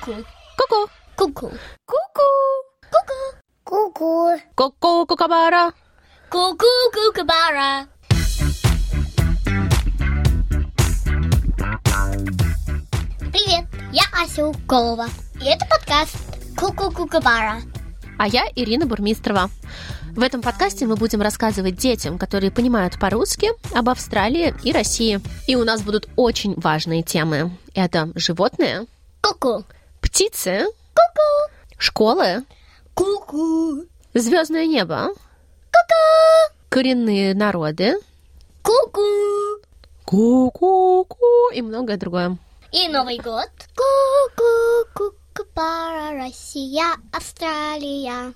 Ку-ку. Ку-ку. Ку-ку. Ку-ку. Ку-ку. Ку-ку. Ку-ку, кукабара. Ку-ку, кукабара. Привет, я Ася Уколова. И это подкаст Ку-ку, кукабара. А я Ирина Бурмистрова. В этом подкасте мы будем рассказывать детям, которые понимают по-русски, об Австралии и России. И у нас будут очень важные темы. Это животные, Ку-ку. птицы, Ку-ку. школы, Ку-ку. звездное небо, Ку-ку. коренные народы, Ку-ку. ку-ку-ку и многое другое. И Новый год. Ку-ку, кукабара, Россия, Австралия.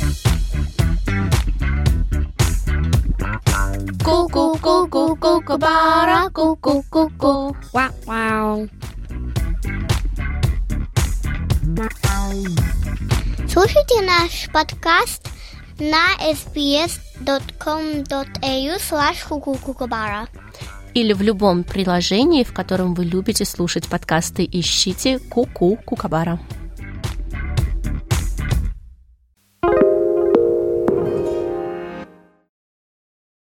Ку-ку-ку-ку, кукабара, ку-ку-ку-ку. Вау-вау. Слушайте наш подкаст на sbs.com.au/кукукукабара. Или в любом приложении, в котором вы любите слушать подкасты, ищите «Ку-ку, кукабара».